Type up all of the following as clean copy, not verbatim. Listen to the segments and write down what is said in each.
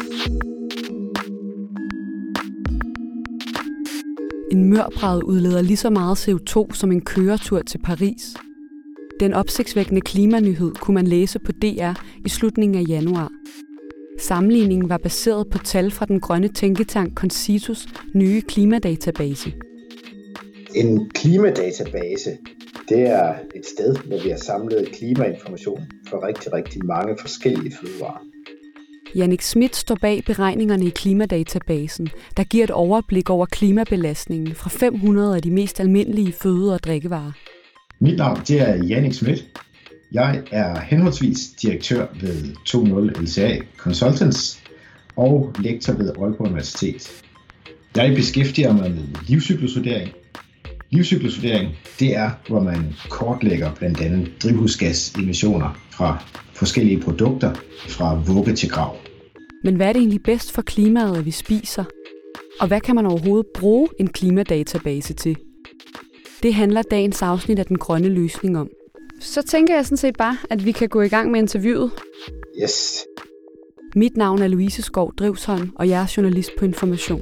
En mørbræd udleder lige så meget CO2 som en køretur til Paris. Den opsigtsvækkende klimanyhed kunne man læse på DR i slutningen af januar. Sammenligningen var baseret på tal fra den grønne tænketank Concitus nye klimadatabase. En klimadatabase, det er et sted, hvor vi har samlet klimainformation for rigtig, rigtig mange forskellige fødevarer. Jannik Schmidt står bag beregningerne i klimadatabasen, der giver et overblik over klimabelastningen fra 500 af de mest almindelige føde- og drikkevarer. Mit navn det er Jannik Schmidt. Jeg er henholdsvis direktør ved 2.0 LCA Consultants og lektor ved Aalborg Universitet. Jeg beskæftiger mig med livscyklusvurdering. Livscyklusvurdering, det er, hvor man kortlægger blandt andet drivhusgasemissioner fra forskellige produkter fra vugge til grav. Men hvad er det egentlig bedst for klimaet, at vi spiser? Og hvad kan man overhovedet bruge en klimadatabase til? Det handler dagens afsnit af Den Grønne Løsning om. Så tænker jeg sådan set bare, at vi kan gå i gang med interviewet. Yes. Mit navn er Louise Skov Drivsholm, og jeg er journalist på Information.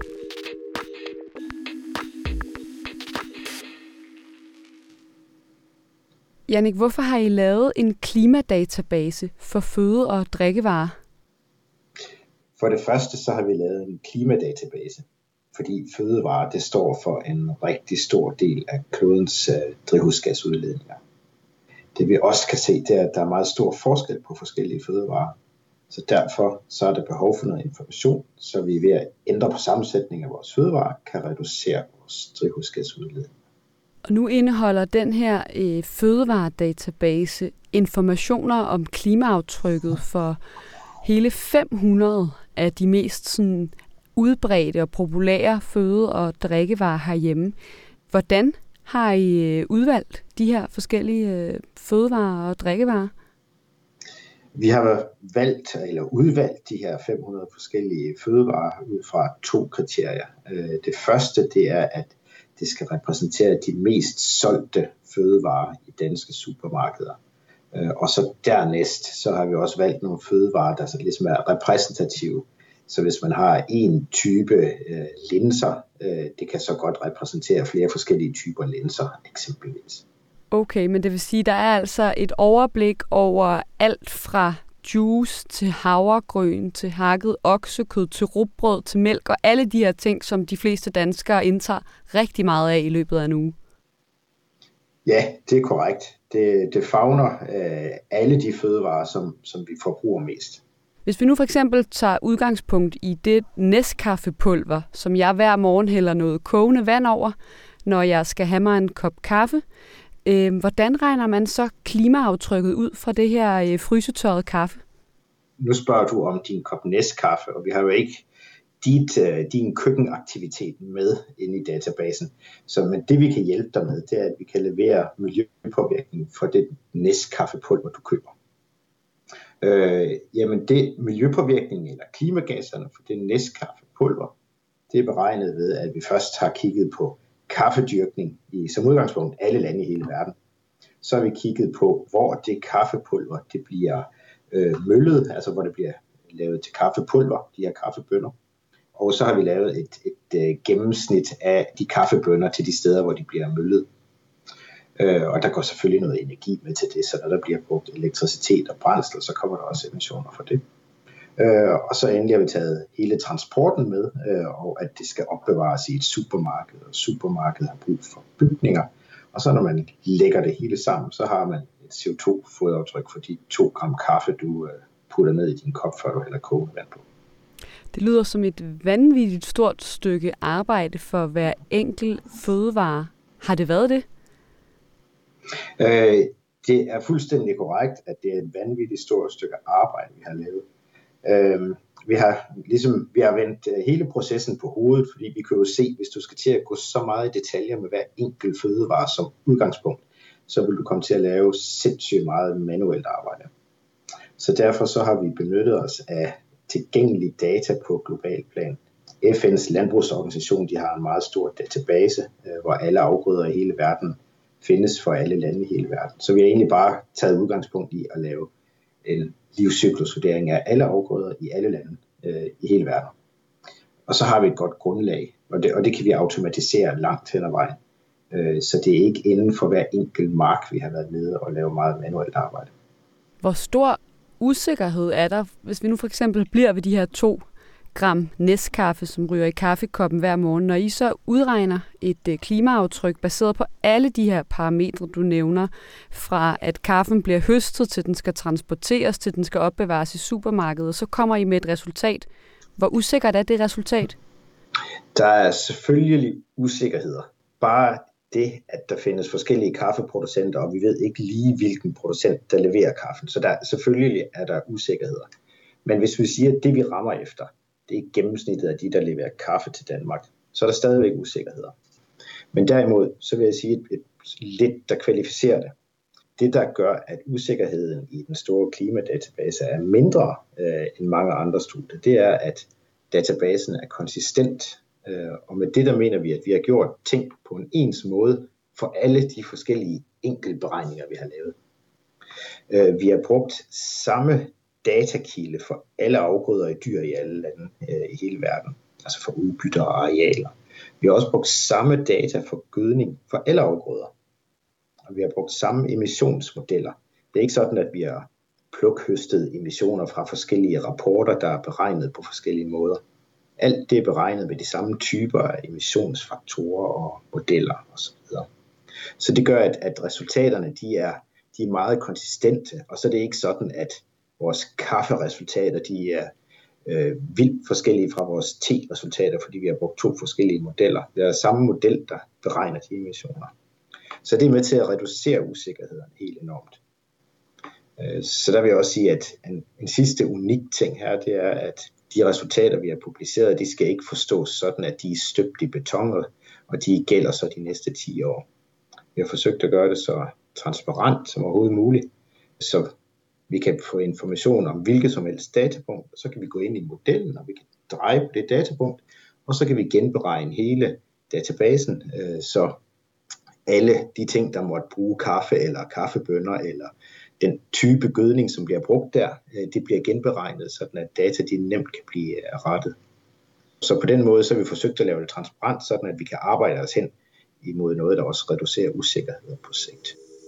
Jannik, hvorfor har I lavet en klimadatabase for føde- og drikkevarer? For det første så har vi lavet en klimadatabase, fordi fødevarer det står for en rigtig stor del af klodens drivhusgasudledninger. Det vi også kan se, det er, at der er meget stor forskel på forskellige fødevarer. Så derfor så er der behov for noget information, så vi ved at ændre på sammensætningen af vores fødevarer, kan reducere vores drivhusgasudledning. Og nu indeholder den her fødevaredatabase informationer om klimaaftrykket for hele 500 af de mest sådan, udbredte og populære føde- og drikkevarer herhjemme. Hvordan har I udvalgt de her forskellige fødevarer og drikkevarer? Vi har udvalgt de her 500 forskellige fødevarer ud fra 2 kriterier. Det første det er, at det skal repræsentere de mest solgte fødevarer i danske supermarkeder. Og så dernæst, så har vi også valgt nogle fødevarer, der så ligesom er repræsentative. Så hvis man har en type linser, det kan så godt repræsentere flere forskellige typer linser eksempelvis. Okay, men det vil sige, der er altså et overblik over alt fra juice til havregryn, til hakket oksekød, til rugbrød, til mælk og alle de her ting, som de fleste danskere indtager rigtig meget af i løbet af en uge. Ja, det er korrekt. Det favner alle de fødevarer, som vi forbruger mest. Hvis vi nu for eksempel tager udgangspunkt i det Nescafé-pulver, som jeg hver morgen hælder noget kogende vand over, når jeg skal have mig en kop kaffe, hvordan regner man så klimaaftrykket ud fra det her frysetørrede kaffe? Nu spørger du om din kop Nescafé, og vi har jo ikke din køkkenaktivitet med inde i databasen. Men det vi kan hjælpe dig med, det er, at vi kan levere miljøpåvirkning for det Nescafé-pulver, du køber. Jamen det miljøpåvirkning eller klimagasserne for det Nescafé-pulver, det er beregnet ved, at vi først har kigget på kaffedyrkning i som udgangspunkt alle lande i hele verden. Så har vi kigget på, hvor det kaffepulver det bliver møllet, altså hvor det bliver lavet til kaffepulver, de her kaffebønner. Og så har vi lavet et gennemsnit af de kaffebønner til de steder, hvor de bliver møllet. Og der går selvfølgelig noget energi med til det, så når der bliver brugt elektricitet og brændsel, så kommer der også emissioner for det. Og så endelig har vi taget hele transporten med, og at det skal opbevares i et supermarked, og supermarkedet har brug for bygninger. Og så når man lægger det hele sammen, så har man et CO2-fodaftryk for de 2 gram kaffe, du putter ned i din kop, før du hælder kogende vand på. Det lyder som et vanvittigt stort stykke arbejde for hver enkelt fødevare. Har det været det? Det er fuldstændig korrekt, at det er et vanvittigt stort stykke arbejde, vi har lavet. Vi har vendt hele processen på hovedet, fordi vi kan jo se, hvis du skal til at gå så meget i detaljer med hver enkelt fødevare som udgangspunkt, så vil du komme til at lave sindssygt meget manuelt arbejde. Så derfor så har vi benyttet os af tilgængelige data på global plan. FN's landbrugsorganisation, de har en meget stor database, hvor alle afgrøder i hele verden findes for alle lande i hele verden. Så vi har egentlig bare taget udgangspunkt i at lave en livscyklusvurdering af alle afgrøder i alle lande i hele verden. Og så har vi et godt grundlag, og det kan vi automatisere langt hen ad vejen. Så det er ikke inden for hver enkelt mark, vi har været nede og lave meget manuelt arbejde. Hvor stor usikkerhed er der, hvis vi nu for eksempel bliver ved de her 2 gram Nescafé, som ryger i kaffekoppen hver morgen, når I så udregner et klimaaftryk baseret på alle de her parametre, du nævner, fra at kaffen bliver høstet, til den skal transporteres, til den skal opbevares i supermarkedet, så kommer I med et resultat. Hvor usikkert er det resultat? Der er selvfølgelig usikkerheder. Bare det, at der findes forskellige kaffeproducenter, og vi ved ikke lige, hvilken producent, der leverer kaffen. Så selvfølgelig er der usikkerheder. Men hvis vi siger, at det, vi rammer efter, det er gennemsnittet af de, der leverer kaffe til Danmark, så er der stadigvæk usikkerheder. Men derimod, så vil jeg sige lidt, der kvalificerer det. Det, der gør, at usikkerheden i den store klimadatabase er mindre end mange andre studier, det er, at databasen er konsistent. Og med det, der mener vi, at vi har gjort ting på en ens måde for alle de forskellige enkeltberegninger, vi har lavet. Vi har brugt samme datakilde for alle afgrøder i dyr i alle lande i hele verden, altså for udbytter og arealer. Vi har også brugt samme data for gødning for alle afgrøder. Og vi har brugt samme emissionsmodeller. Det er ikke sådan, at vi har plukhøstet emissioner fra forskellige rapporter, der er beregnet på forskellige måder. Alt det er beregnet med de samme typer af emissionsfaktorer og modeller osv. Så det gør, at resultaterne de er meget konsistente, og så er det ikke sådan, at vores kafferesultater de er vildt forskellige fra vores te-resultater, fordi vi har brugt 2 forskellige modeller. Det er samme model, der beregner de emissioner. Så det er med til at reducere usikkerheden helt enormt. Så der vil jeg også sige, at en sidste unik ting her, det er, at de resultater, vi har publiceret, de skal ikke forstås sådan, at de er støbt i beton, og de gælder så de næste 10 år. Vi har forsøgt at gøre det så transparent som overhovedet muligt, så vi kan få information om hvilket som helst datapunkt, og så kan vi gå ind i modellen, og vi kan dreje på det datapunkt, og så kan vi genberegne hele databasen, så alle de ting, der måtte bruge kaffe eller kaffebønner, eller den type gødning, som bliver brugt der, det bliver genberegnet, sådan at data de nemt kan blive rettet. Så på den måde så har vi forsøgt at lave det transparent, sådan at vi kan arbejde os hen imod noget, der også reducerer usikkerheden på sigt.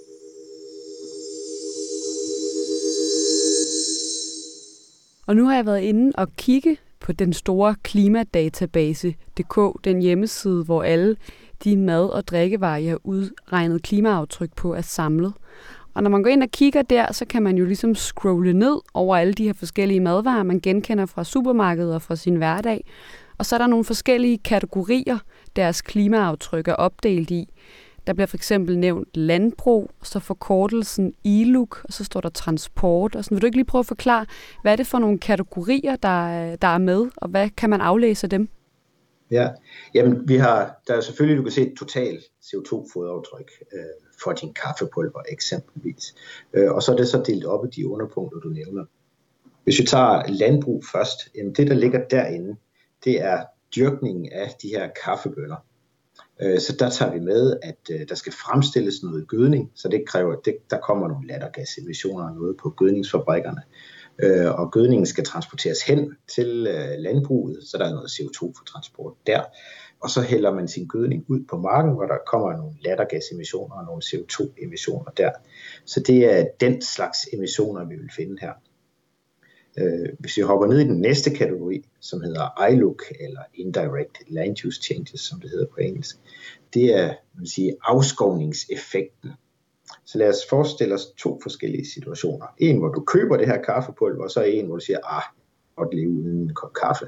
Og nu har jeg været inde og kigge på den store klimadatabase.dk, den hjemmeside, hvor alle de mad- og drikkevarer, jeg har udregnet klimaaftryk på, er samlet. Og når man går ind og kigger der, så kan man jo ligesom scrolle ned over alle de her forskellige madvarer, man genkender fra supermarkedet og fra sin hverdag. Og så er der nogle forskellige kategorier, deres klimaaftryk er opdelt i. Der bliver for eksempel nævnt landbrug, og så forkortelsen ILUC, og så står der transport. Og sådan. Vil du ikke lige prøve at forklare, hvad er det for nogle kategorier, der er med, og hvad kan man aflæse af dem? Ja, jamen der er selvfølgelig, du kan se et total CO2-fodaftryk for din kaffepulver eksempelvis. Og så er det så delt op i de underpunkter, du nævner. Hvis vi tager landbrug først, jamen det der ligger derinde, det er dyrkningen af de her kaffebønner. Så der tager vi med, at der skal fremstilles noget gødning, så det kræver, der kommer nogle lattergasemissioner og noget på gødningsfabrikkerne. Og gødningen skal transporteres hen til landbruget, så der er noget CO2 for transport der. Og så hælder man sin gødning ud på marken, hvor der kommer nogle lattergasemissioner og nogle CO2-emissioner der. Så det er den slags emissioner, vi vil finde her. Hvis vi hopper ned i den næste kategori, som hedder ILUC, eller Indirect Land Use Changes, som det hedder på engelsk, det er afskovningseffekten. Så lad os forestille os 2 forskellige situationer. En, hvor du køber det her kaffepulver, og så en, hvor du siger, jeg kan leve uden en kop kaffe.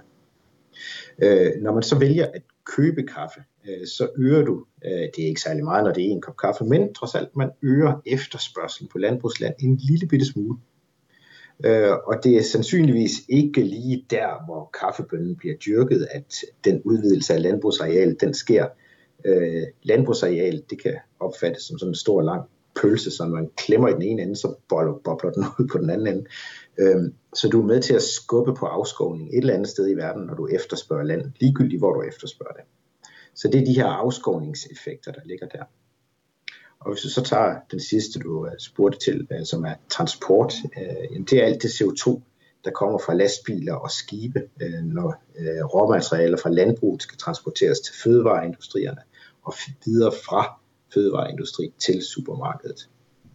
Når man så vælger at købe kaffe, så øger du, det er ikke særlig meget, når det er en kop kaffe, men trods alt, man øger efterspørgselen på landbrugsland en lille bitte smule. Og det er sandsynligvis ikke lige der, hvor kaffebønnen bliver dyrket, at den udvidelse af landbrugsareal, den sker. Landbrugsareal, det kan opfattes som sådan en stor lang pølse, som man klemmer i den ene ende, så bobler den ud på den anden ende. Så du er med til at skubbe på afskovning et eller andet sted i verden, når du efterspørger land, ligegyldigt hvor du efterspørger det. Så det er de her afskovningseffekter, der ligger der. Og hvis du så tager den sidste, du spurgte til, som er transport, det er alt det CO2, der kommer fra lastbiler og skibe, når råmaterialer fra landbruget skal transporteres til fødevareindustrierne og videre fra fødevareindustri til supermarkedet.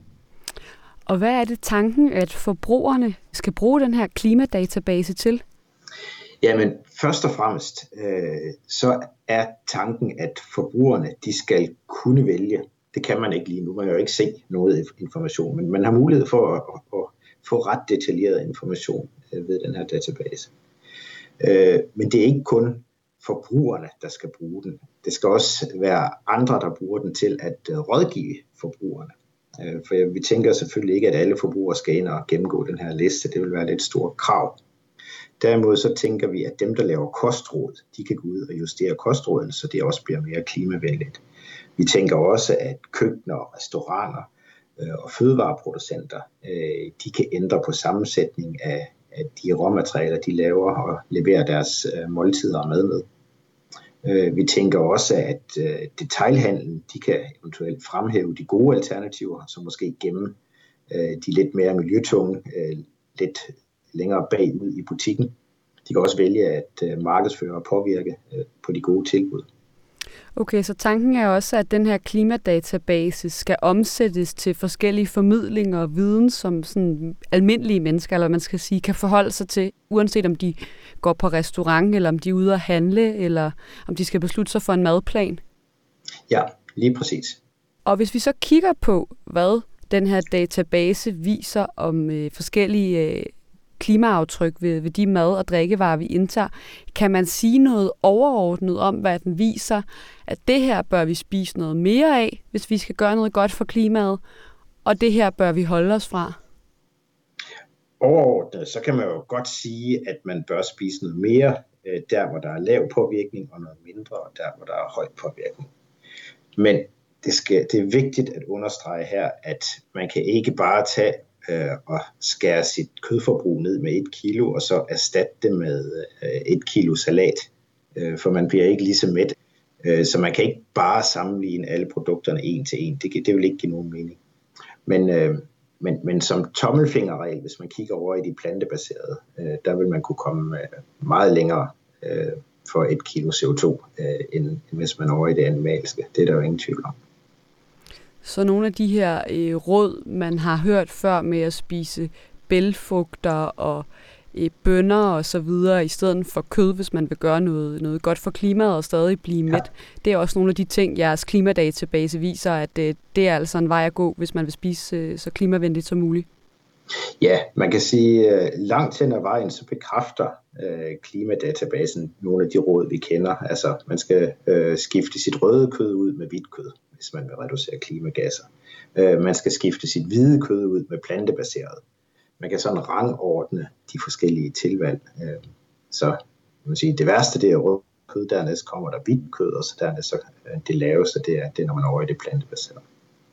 Og hvad er det tanken, at forbrugerne skal bruge den her klimadatabase til? Jamen, først og fremmest, så er tanken, at forbrugerne, de skal kunne vælge. Det kan man ikke lige nu, man kan jo ikke se noget information, men man har mulighed for at få ret detaljeret information ved den her database. Men det er ikke kun forbrugerne, der skal bruge den. Det skal også være andre, der bruger den til at rådgive forbrugerne. For vi tænker selvfølgelig ikke, at alle forbrugere skal ind og gennemgå den her liste. Det vil være lidt stort krav. Derimod så tænker vi, at dem, der laver kostråd, de kan gå ud og justere kostrådene, så det også bliver mere klimavenligt. Vi tænker også, at køkkener, restauranter og fødevareproducenter, de kan ændre på sammensætning af de råmaterialer, de laver og leverer deres måltider og mad med. Vi tænker også, at detailhandlen, de kan eventuelt fremhæve de gode alternativer, så måske gemme de lidt mere miljøtunge, lidt længere bagud i butikken. De kan også vælge at markedsføre og påvirke på de gode tilbud. Okay, så tanken er også, at den her klimadatabase skal omsættes til forskellige formidlinger og viden, som sådan almindelige mennesker, eller man skal sige, kan forholde sig til, uanset om de går på restaurant, eller om de er ude at handle, eller om de skal beslutte sig for en madplan. Ja, lige præcis. Og hvis vi så kigger på, hvad den her database viser om forskellige klimaaftryk ved de mad- og drikkevarer, vi indtager, kan man sige noget overordnet om, hvad den viser, at det her bør vi spise noget mere af, hvis vi skal gøre noget godt for klimaet, og det her bør vi holde os fra? Overordnet, så kan man jo godt sige, at man bør spise noget mere der, hvor der er lav påvirkning, og noget mindre der, hvor der er høj påvirkning. Men det er vigtigt at understrege her, at man kan ikke bare tage og skære sit kødforbrug ned med 1 kilo, og så erstatte det med 1 kilo salat, for man bliver ikke lige så mæt. Så man kan ikke bare sammenligne alle produkterne en til en. Det vil ikke give nogen mening. Men som tommelfingerregel, hvis man kigger over i de plantebaserede, der vil man kunne komme meget længere for 1 kilo CO2, end hvis man er over i det animalske. Det er der jo ingen tvivl om. Så nogle af de her råd, man har hørt før med at spise bælgfrugter og bønner og så videre, i stedet for kød, hvis man vil gøre noget godt for klimaet og stadig blive mæt. Det er også nogle af de ting, jeres klimadatabase viser, at det er altså en vej at gå, hvis man vil spise så klimavenligt som muligt. Ja, man kan sige, langt hen ad vejen, så bekræfter klimadatabasen nogle af de råd, vi kender. Altså, man skal skifte sit røde kød ud med hvidt kød, hvis man vil reducere klimagasser. Man skal skifte sit hvide kød ud med plantebaseret. Man kan sådan rangordne de forskellige tilvalg. Så man sige, det værste det er rødt kød, dernæst kommer der hvidt kød, og så dernæst så det laveste, det er når man er over i det plantebaserede.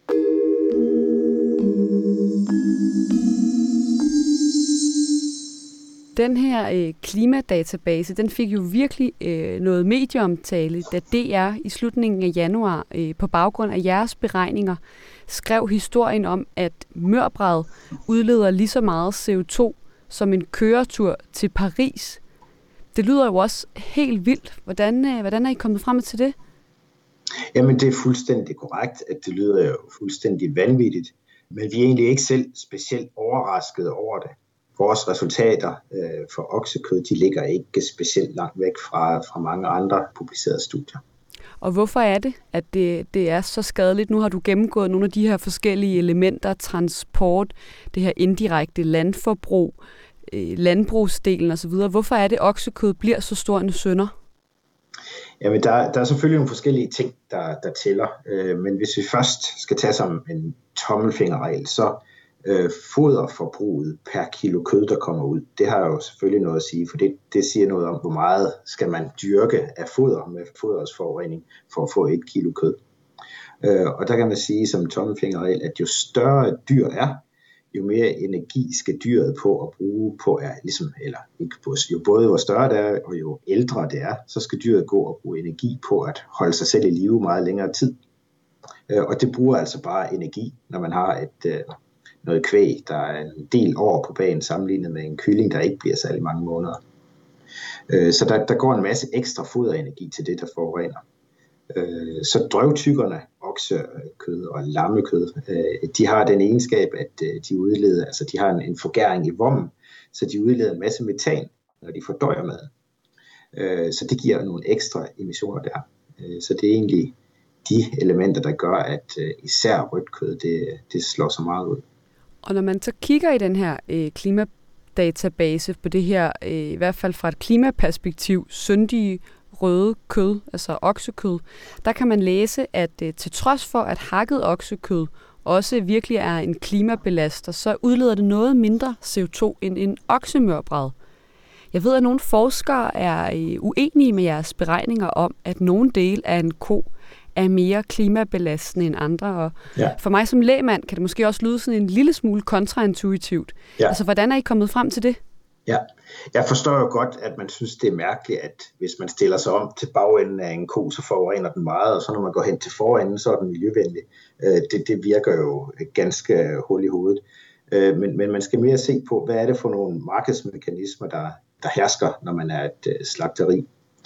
Den her klimadatabase, den fik jo virkelig noget medieomtale, da DR i slutningen af januar på baggrund af jeres beregninger skrev historien om, at mørbrad udleder lige så meget CO2 som en køretur til Paris. Det lyder jo også helt vildt. Hvordan er I kommet frem til det? Jamen det er fuldstændig korrekt, at det lyder jo fuldstændig vanvittigt, men vi er egentlig ikke selv specielt overraskede over det. Vores resultater for oksekød, de ligger ikke specielt langt væk fra mange andre publicerede studier. Og hvorfor er det, at det er så skadeligt? Nu har du gennemgået nogle af de her forskellige elementer, transport, det her indirekte landforbrug, landbrugsdelen osv. Hvorfor er det, at oksekød bliver så stor en synder? Jamen, der er selvfølgelig nogle forskellige ting, der tæller. Men hvis vi først skal tage som en tommelfingerregel, så foderforbruget per kilo kød, der kommer ud, det har jo selvfølgelig noget at sige, for det siger noget om, hvor meget skal man dyrke af foder med foders forurening for at få 1 kilo kød. Og der kan man sige som tommelfingerregel, at jo større dyr er, jo mere energi skal dyret på at bruge på, jo både hvor større det er, og jo ældre det er, så skal dyret gå og bruge energi på at holde sig selv i live meget længere tid. Og det bruger altså bare energi, når noget kvæg, der er en del år på bagen sammenlignet med en kylling, der ikke bliver særlig mange måneder. Så der går en masse ekstra foderenergi til det, der forurener. Så drøvtyggerne, oksekød og lammekød, de har den egenskab, at de udleder, altså de har en forgæring i vommen, så de udleder en masse metan, når de fordøjer maden. Så det giver nogle ekstra emissioner der. Så det er egentlig de elementer, der gør, at især rødt kød, det slår så meget ud. Og når man så kigger i den her klimadatabase på det her, i hvert fald fra et klimaperspektiv, syndige røde kød, altså oksekød, der kan man læse, at til trods for, at hakket oksekød også virkelig er en klimabelaster, så udleder det noget mindre CO2 end en oksemørbræd. Jeg ved, at nogle forskere er uenige med jeres beregninger om, at nogle dele af en ko er mere klimabelastende end andre. Og for mig som lægmand kan det måske også lyde sådan en lille smule kontraintuitivt. Ja. Altså, hvordan er I kommet frem til det? Ja, jeg forstår jo godt, at man synes, det er mærkeligt, at hvis man stiller sig om til bagenden af en ko, så forurener den meget, og så når man går hen til forenden, så er den miljøvenlig. Det virker jo ganske hul i hovedet. Men man skal mere se på, hvad er det for nogle markedsmekanismer, der hersker, når man er et slagteri.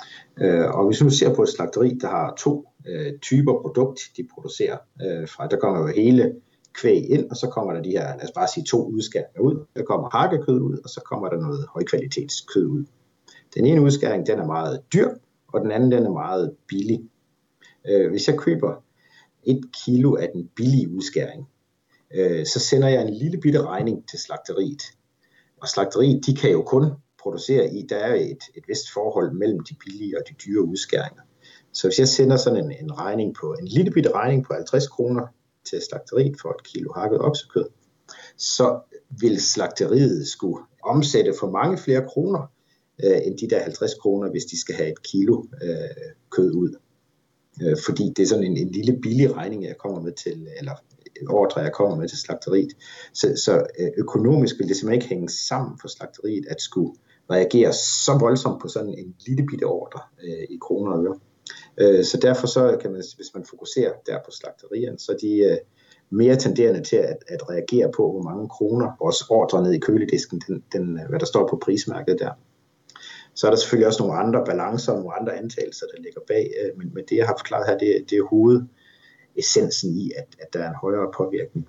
Og hvis man ser på et slagteri, der har to typer produkt, de producerer fra, der kommer jo hele kvæg ind, og så kommer der de her, lad os bare sige 2 udskæringer ud. Der kommer hakkekød ud, og så kommer der noget højkvalitetskød ud. Den ene udskæring, den er meget dyr, og den anden, den er meget billig. Hvis jeg køber 1 kilo af den billige udskæring, så sender jeg en lille bitte regning til slagteriet. Og slagteriet, de kan jo kun producere i, der er et vist forhold mellem de billige og de dyre udskæringer. Så hvis jeg sender sådan en lille bitte regning på 50 kroner til slagteriet for 1 kilo hakket oksekød, så vil slagteriet skulle omsætte for mange flere kroner end de der 50 kroner, hvis de skal have 1 kilo kød ud. Fordi det er sådan en lille billig regning, jeg kommer med til, eller ordre, jeg kommer med til slagteriet. Så økonomisk vil det simpelthen ikke hænge sammen for slagteriet at skulle reagere så voldsomt på sådan en lille bitte ordre i kroner og øre. Så derfor så kan man, hvis man fokuserer der på slagterierne, så er de mere tenderende til at reagere på, hvor mange kroner vores ordre ned i køledisken, hvad der står på prismærket der. Så er der selvfølgelig også nogle andre balancer og nogle andre antagelser, der ligger bag, men det jeg har forklaret her, det er hovedessensen i, at der er en højere påvirkning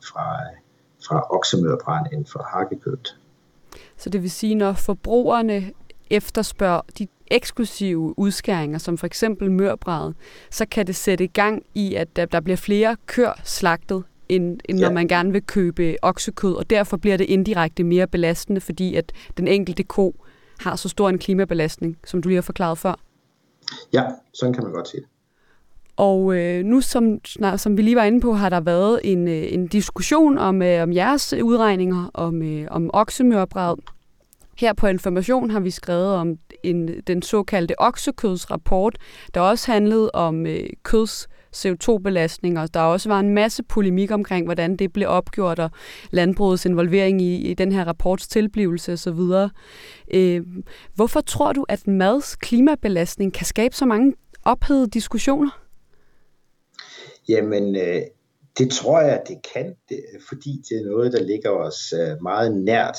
fra oksemørbrand end fra hakkekødet. Så det vil sige, når forbrugerne efterspørger de eksklusive udskæringer, som for eksempel mørbræd, så kan det sætte i gang i, at der bliver flere køer slagtet, end når man gerne vil købe oksekød, og derfor bliver det indirekte mere belastende, fordi at den enkelte ko har så stor en klimabelastning, som du lige har forklaret før. Ja, sådan kan man godt sige det. Og nu, som vi lige var inde på, har der været en diskussion om jeres udregninger, om oksemørbræd. Her på Information har vi skrevet om den såkaldte oksekødsrapport, der også handlede om køds CO2-belastning, og der også var en masse polemik omkring, hvordan det blev opgjort, og landbrugets involvering i den her rapports tilblivelse osv. Hvorfor tror du, at mads klimabelastning kan skabe så mange ophedede diskussioner? Jamen, det tror jeg, det kan, fordi det er noget, der ligger os meget nært.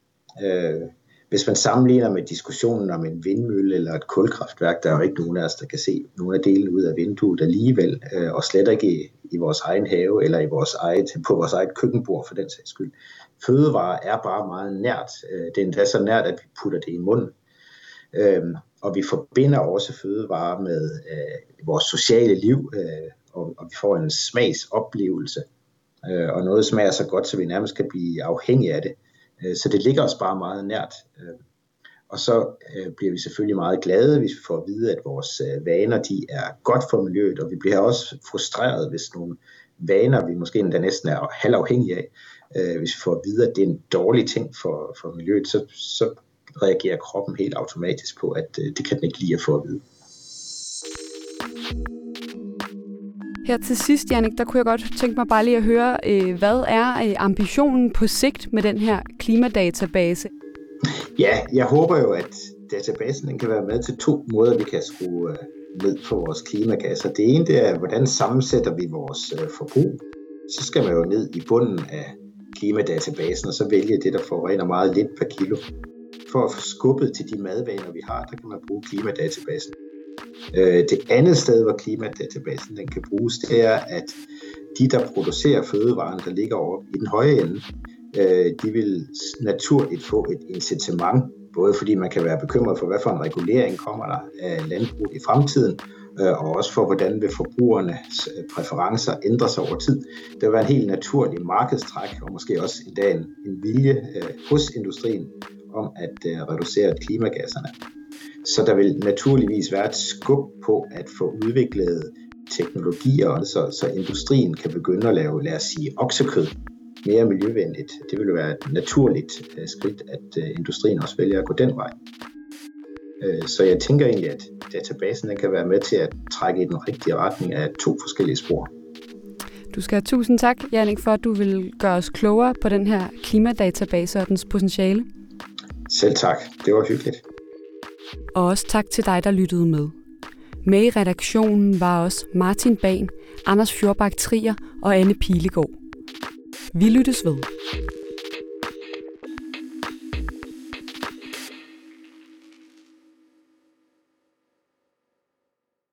Hvis man sammenligner med diskussionen om en vindmølle eller et kulkraftværk, der er jo ikke nogen af os, der kan se nogle af delene ud af vinduet alligevel, og slet ikke i vores egen have eller på vores eget køkkenbord for den sags skyld. Fødevarer er bare meget nært. Det er endda så nært, at vi putter det i munden. Og vi forbinder også fødevarer med vores sociale liv, og vi får en smagsoplevelse. Og noget smager så godt, så vi nærmest kan blive afhængige af det. Så det ligger os bare meget nært. Og så bliver vi selvfølgelig meget glade, hvis vi får at vide, at vores vaner de er godt for miljøet, og vi bliver også frustreret, hvis nogle vaner, vi måske endda næsten er halvafhængige af, hvis vi får at vide, at det er en dårlig ting for miljøet, så reagerer kroppen helt automatisk på, at det kan den ikke lide at få at vide. Her til sidst, Jannik, der kunne jeg godt tænke mig bare lige at høre, hvad er ambitionen på sigt med den her klimadatabase? Ja, jeg håber jo, at databasen den kan være med til 2 måder, vi kan skrue ned på vores klimagasser. Det ene det er, hvordan sammensætter vi vores forbrug. Så skal man jo ned i bunden af klimadatabasen, og så vælge det, der forurener meget lidt per kilo. For at få skubbet til de madvaner, vi har, der kan man bruge klimadatabasen. Det andet sted, hvor klimadatabasen den kan bruges, det er, at de, der producerer fødevarene, der ligger over i den høje ende, de vil naturligt få et incitament, både fordi man kan være bekymret for, hvad for en regulering kommer der af landbruget i fremtiden, og også for, hvordan vil forbrugernes præferencer ændre sig over tid. Der vil være en helt naturlig markedstræk, og måske også endda en vilje hos industrien om at reducere klimagasserne. Så der vil naturligvis være et skub på at få udviklet teknologier, så industrien kan begynde at lave, lad os sige, oksekød mere miljøvenligt. Det vil være et naturligt skridt, at industrien også vælger at gå den vej. Så jeg tænker egentlig, at databasen den kan være med til at trække i den rigtige retning af 2 forskellige spor. Du skal have tusind tak, Jannik, for at du vil gøre os klogere på den her klimadatabase og dens potentiale. Selv tak. Det var hyggeligt. Og også tak til dig, der lyttede med. Med i redaktionen var også Martin Bahn, Anders Fjordbak Trier og Anne Pilegaard. Vi lyttes ved.